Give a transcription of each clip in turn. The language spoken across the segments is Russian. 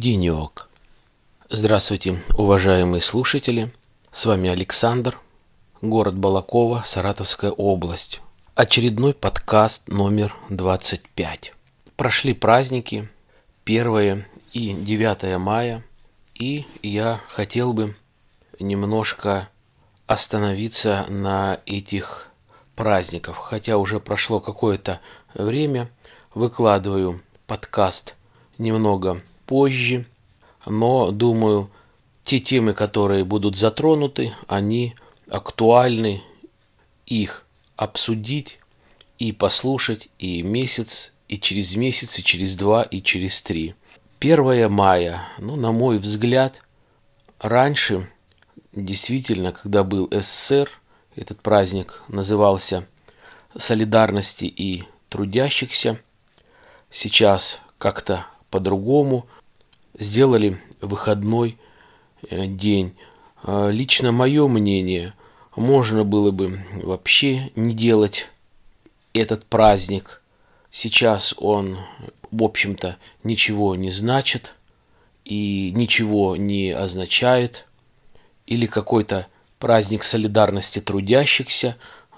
денек. Здравствуйте, уважаемые слушатели. С вами Александр, город Балаково, Саратовская область. Очередной подкаст номер 25. Прошли праздники 1 и 9 мая, и я хотел бы немножко остановиться на этих праздниках. Хотя уже прошло какое-то время, выкладываю подкаст немного позже, но думаю, те темы, которые будут затронуты, они актуальны, их обсудить и послушать и месяц, и через 2, и через 3. 1 мая, на мой взгляд, раньше, действительно, когда был СССР, этот праздник назывался «Солидарности и трудящихся». Сейчас как-то по-другому сделали выходной день. Лично мое мнение, можно было бы вообще не делать этот праздник. Сейчас он, в общем-то, ничего не значит и ничего не означает. Или какой-то праздник солидарности трудящихся.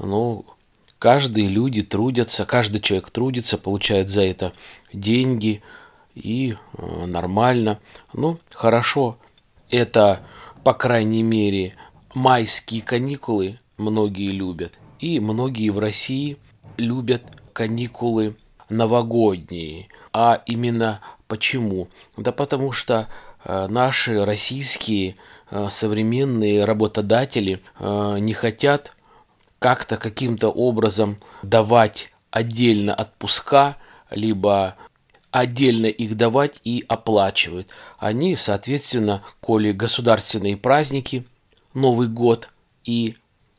Каждый люди трудятся, каждый человек трудится, получает за это деньги, и нормально. Хорошо. Это, по крайней мере, майские каникулы многие любят. И многие в России любят каникулы новогодние. А именно почему? Да потому что наши российские современные работодатели не хотят как-то каким-то образом давать отдельно отпуска, либо отдельно их давать и оплачивают. Они, соответственно, коли государственные праздники, Новый год и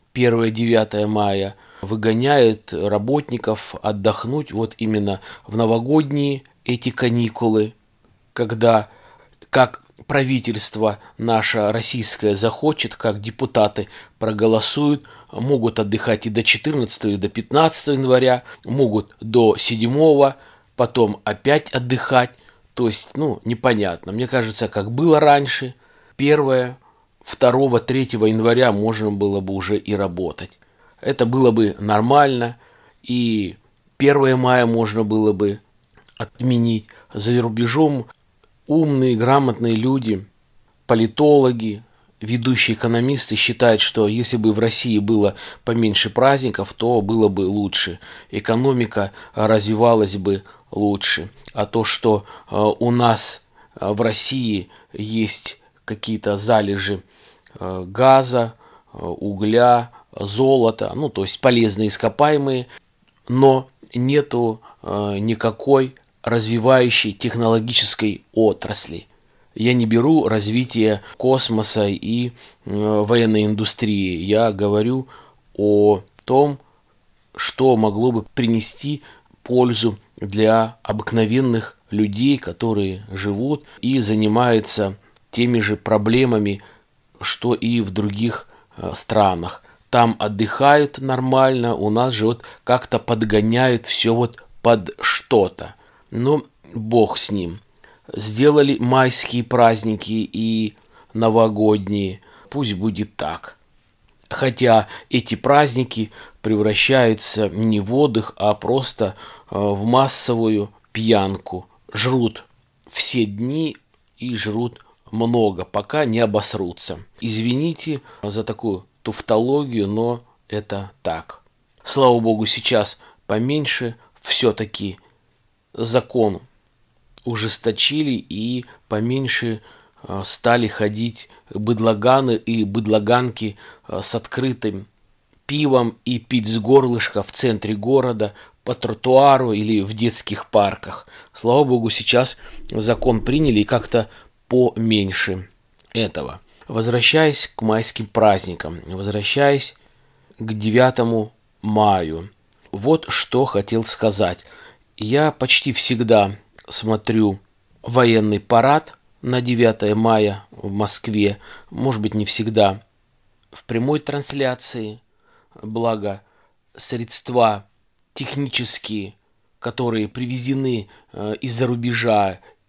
1-9 мая, выгоняют работников отдохнуть вот именно в новогодние эти каникулы, когда как правительство наше российское захочет, как депутаты проголосуют, могут отдыхать и до 14 и до 15 января, могут до 7, потом опять отдыхать. То есть, непонятно. Мне кажется, как было раньше, 1, 2, 3 января можно было бы уже и работать. Это было бы нормально, и 1 мая можно было бы отменить. За рубежом умные, грамотные люди, политологи, ведущие экономисты считают, что если бы в России было поменьше праздников, то было бы лучше. Экономика развивалась бы лучше. А то, что у нас в России есть какие-то залежи газа, угля, золота, то есть полезные ископаемые, но нету никакой развивающей технологической отрасли. Я не беру развитие космоса и военной индустрии. Я говорю о том, что могло бы принести пользу для обыкновенных людей, которые живут и занимаются теми же проблемами, что и в других странах. Там отдыхают нормально, у нас же как-то подгоняют все под что-то. Бог с ним. Сделали майские праздники и новогодние. Пусть будет так. Хотя эти праздники превращаются не в отдых, а просто в массовую пьянку. Жрут все дни и жрут много, пока не обосрутся. Извините за такую туфтологию, но это так. Слава богу, сейчас поменьше все-таки закон ужесточили и поменьше стали ходить быдлаганы и быдлаганки с открытым пивом и пить с горлышка в центре города, по тротуару или в детских парках. Слава богу, сейчас закон приняли и как-то поменьше этого. Возвращаясь к майским праздникам, возвращаясь к 9 маю, вот что хотел сказать. Я почти всегда смотрю военный парад на 9 мая в Москве. Может быть, не всегда в прямой трансляции. Благо, средства технические, которые привезены из-за рубежа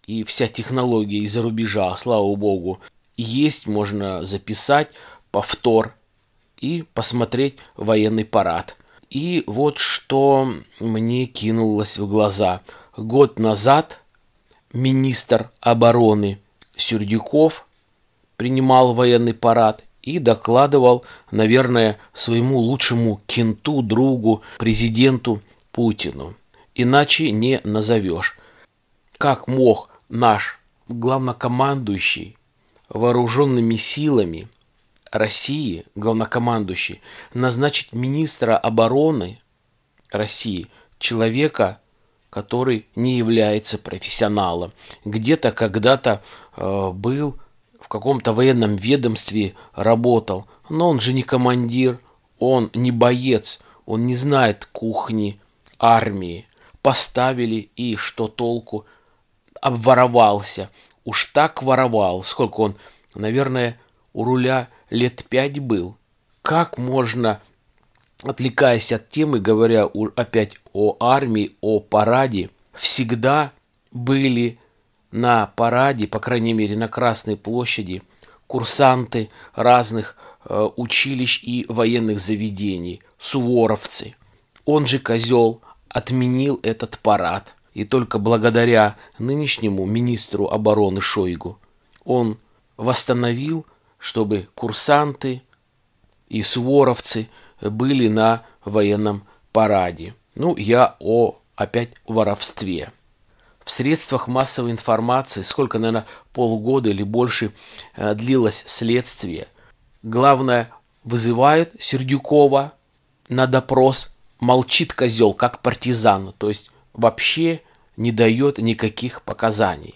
и вся технология из-за рубежа, слава богу, есть, можно записать повтор и посмотреть военный парад. И вот что мне кинулось в глаза. Год назад министр обороны Сердюков принимал военный парад и докладывал, наверное, своему лучшему кенту, другу, президенту Путину. Иначе не назовешь. Как мог наш главнокомандующий вооруженными силами России, главнокомандующий, назначить министра обороны России, человека, который не является профессионалом, где-то когда-то был в каком-то военном ведомстве, работал, но он же не командир, он не боец, он не знает кухни армии. Поставили, и что толку? Обворовался. Уж так воровал. Сколько он, наверное, у руля лет 5 был. Как можно, отвлекаясь от темы, говоря опять о армии, о параде, всегда были на параде, по крайней мере на Красной площади, курсанты разных училищ и военных заведений, суворовцы. Он же, козел, отменил этот парад. И только благодаря нынешнему министру обороны Шойгу он восстановил, чтобы курсанты и суворовцы были на военном параде. Ну, я опять воровстве. В средствах массовой информации, сколько, наверное, полгода или больше длилось следствие, главное, вызывают Сердюкова на допрос, молчит козел, как партизан, то есть вообще не дает никаких показаний.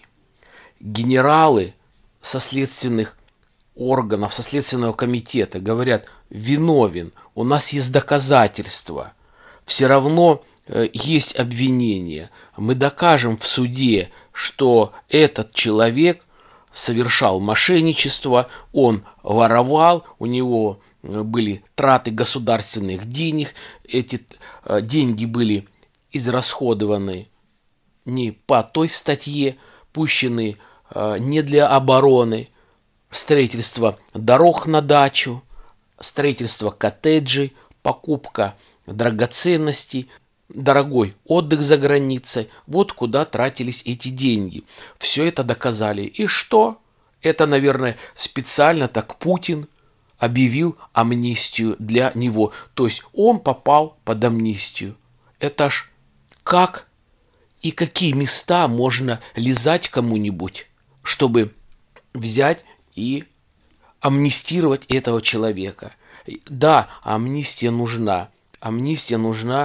Генералы со следственных органов, со следственного комитета говорят: виновен, у нас есть доказательства, все равно есть обвинение, мы докажем в суде, что этот человек совершал мошенничество, он воровал, у него были траты государственных денег, эти деньги были израсходованы не по той статье, пущены не для обороны, строительство дорог на дачу, строительство коттеджей, покупка драгоценностей, дорогой отдых за границей. Вот куда тратились эти деньги. Все это доказали. И что? Это, наверное, специально так Путин объявил амнистию для него. То есть он попал под амнистию. Это ж как и какие места можно лизать кому-нибудь, чтобы взять и амнистировать этого человека. Да, амнистия нужна. Амнистия нужна.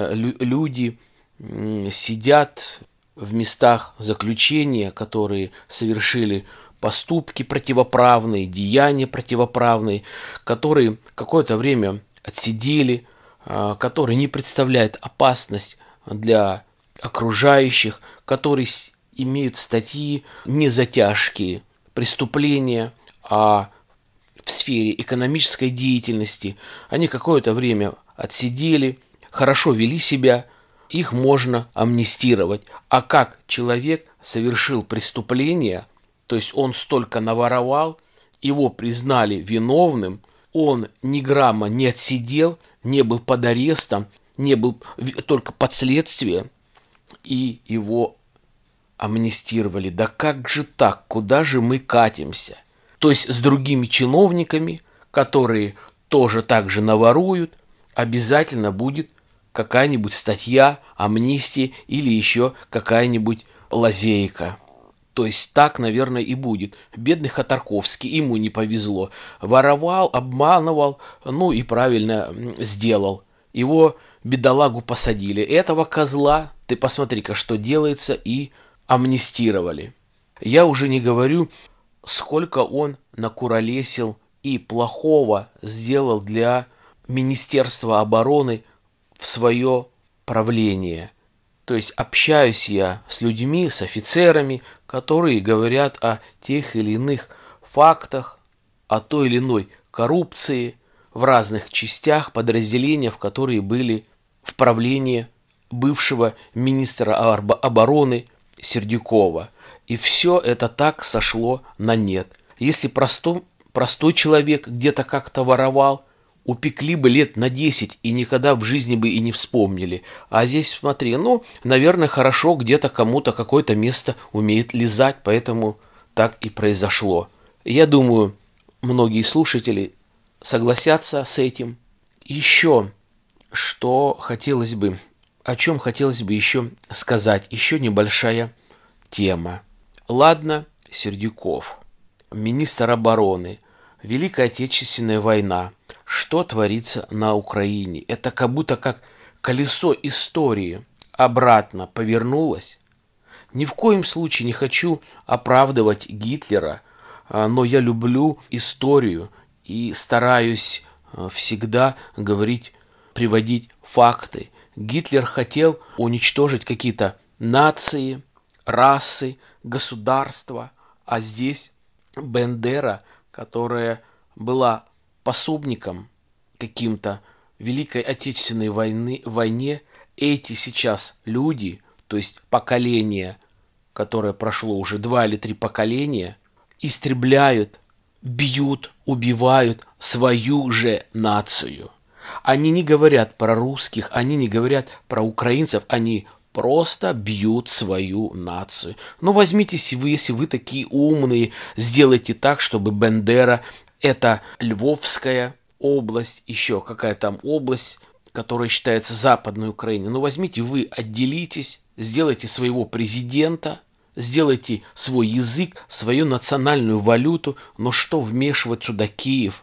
Люди сидят в местах заключения, которые совершили поступки противоправные, деяния противоправные, которые какое-то время отсидели, которые не представляют опасность для окружающих, которые имеют статьи не за тяжкие преступления, а в сфере экономической деятельности. Они какое-то время отсидели, хорошо вели себя, их можно амнистировать. А как человек совершил преступление, то есть он столько наворовал, его признали виновным, он ни грамма не отсидел, не был под арестом, не был только под следствием, и его амнистировали. Да как же так? Куда же мы катимся? То есть с другими чиновниками, которые тоже так же наворуют, обязательно будет какая-нибудь статья, амнистия или еще какая-нибудь лазейка. То есть так, наверное, и будет. Бедный Ходорковский, ему не повезло. Воровал, обманывал, ну и правильно сделал. Его, бедолагу, посадили. Этого козла, ты посмотри-ка, что делается, и амнистировали. Я уже не говорю, сколько он накуролесил и плохого сделал для Министерства обороны в свое правление. То есть общаюсь я с людьми, с офицерами, которые говорят о тех или иных фактах, о той или иной коррупции в разных частях подразделения, в которые были в правлении бывшего министра обороны Сердюкова. И все это так сошло на нет. Если простой человек где-то как-то воровал, упекли бы лет на 10 и никогда в жизни бы и не вспомнили. А здесь, смотри, ну, наверное, хорошо где-то кому-то какое-то место умеет лизать, поэтому так и произошло. Я думаю, многие слушатели согласятся с этим. Еще о чем хотелось бы еще сказать, еще небольшая тема. Ладно, Сердюков, министр обороны, Великая Отечественная война, что творится на Украине? Это как будто как колесо истории обратно повернулось. Ни в коем случае не хочу оправдывать Гитлера, но я люблю историю и стараюсь всегда приводить факты. Гитлер хотел уничтожить какие-то нации, расы, государства, а здесь Бендера, которая была пособником каким-то Великой Отечественной войне, эти сейчас люди, то есть поколение, которое прошло уже 2 или 3 поколения, истребляют, бьют, убивают свою же нацию. Они не говорят про русских, они не говорят про украинцев, они просто бьют свою нацию. Но возьмите, если вы такие умные, сделайте так, чтобы Бендера, это Львовская область, еще какая там область, которая считается Западной Украиной. Но возьмите, вы отделитесь, сделайте своего президента, сделайте свой язык, свою национальную валюту. Но что вмешивать сюда Киев?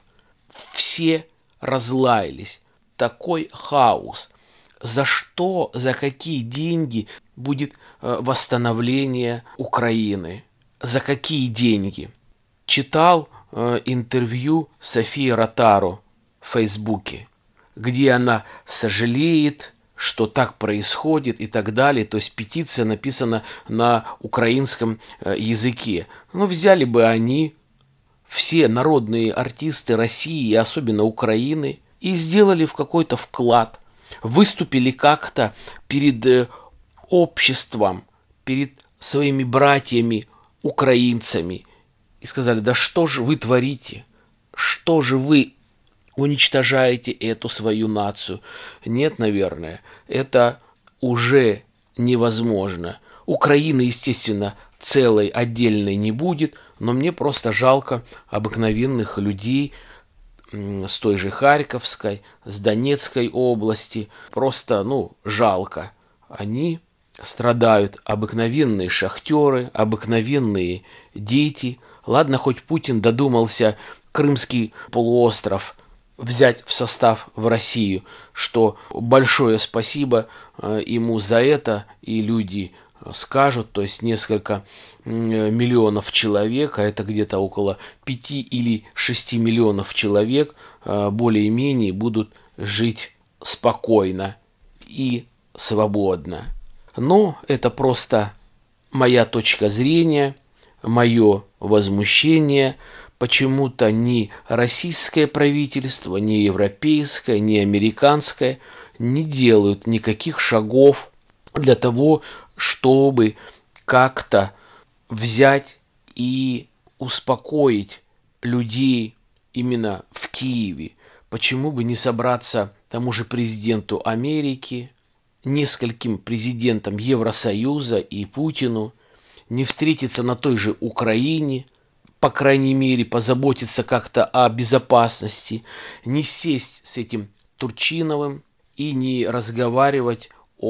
Все разлаялись. Такой хаос. За что, за какие деньги будет восстановление Украины? За какие деньги? Читал интервью Софии Ротару в Фейсбуке, где она сожалеет, что так происходит и так далее. То есть петиция написана на украинском языке. Ну, взяли бы они, все народные артисты России и особенно Украины, и сделали в какой-то вклад. Выступили как-то перед обществом, перед своими братьями, украинцами, и сказали: да что же вы творите? Что же вы уничтожаете эту свою нацию? Нет, наверное, это уже невозможно. Украины, естественно, целой, отдельной не будет, но мне просто жалко обыкновенных людей с той же Харьковской, с Донецкой области. Просто, жалко. Они страдают, обыкновенные шахтеры, обыкновенные дети. Ладно, хоть Путин додумался Крымский полуостров взять в состав в Россию, что большое спасибо ему за это, и люди скажут, то есть несколько миллионов человек, а это где-то около 5 или 6 миллионов человек, более-менее будут жить спокойно и свободно. Но это просто моя точка зрения, мое возмущение. Почему-то ни российское правительство, ни европейское, ни американское не делают никаких шагов для того, чтобы как-то взять и успокоить людей именно в Киеве. Почему бы не собраться тому же президенту Америки, нескольким президентам Евросоюза и Путину, не встретиться на той же Украине, по крайней мере, позаботиться как-то о безопасности, не сесть с этим Турчиновым и не разговаривать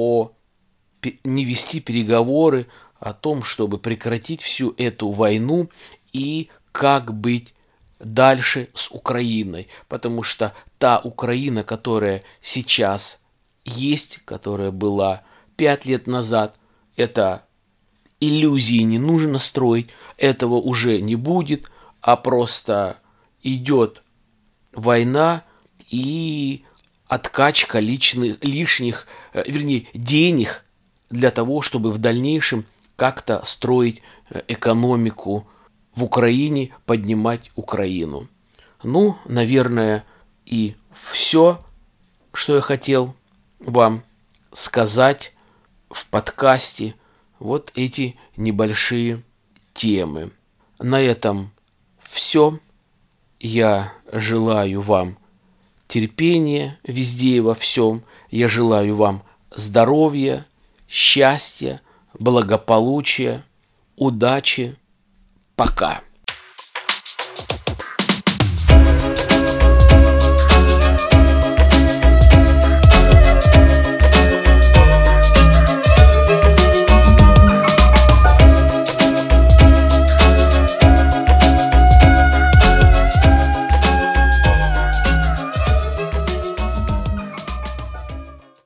не вести переговоры о том, чтобы прекратить всю эту войну и как быть дальше с Украиной. Потому что та Украина, которая сейчас есть, которая была 5 лет назад, это иллюзии не нужно строить, этого уже не будет, а просто идет война и откачка лишних денег для того, чтобы в дальнейшем как-то строить экономику в Украине, поднимать Украину. Наверное, и все, что я хотел вам сказать в подкасте. Вот эти небольшие темы. На этом все. Я желаю вам терпения везде и во всем. Я желаю вам здоровья, счастья, благополучия, удачи. Пока.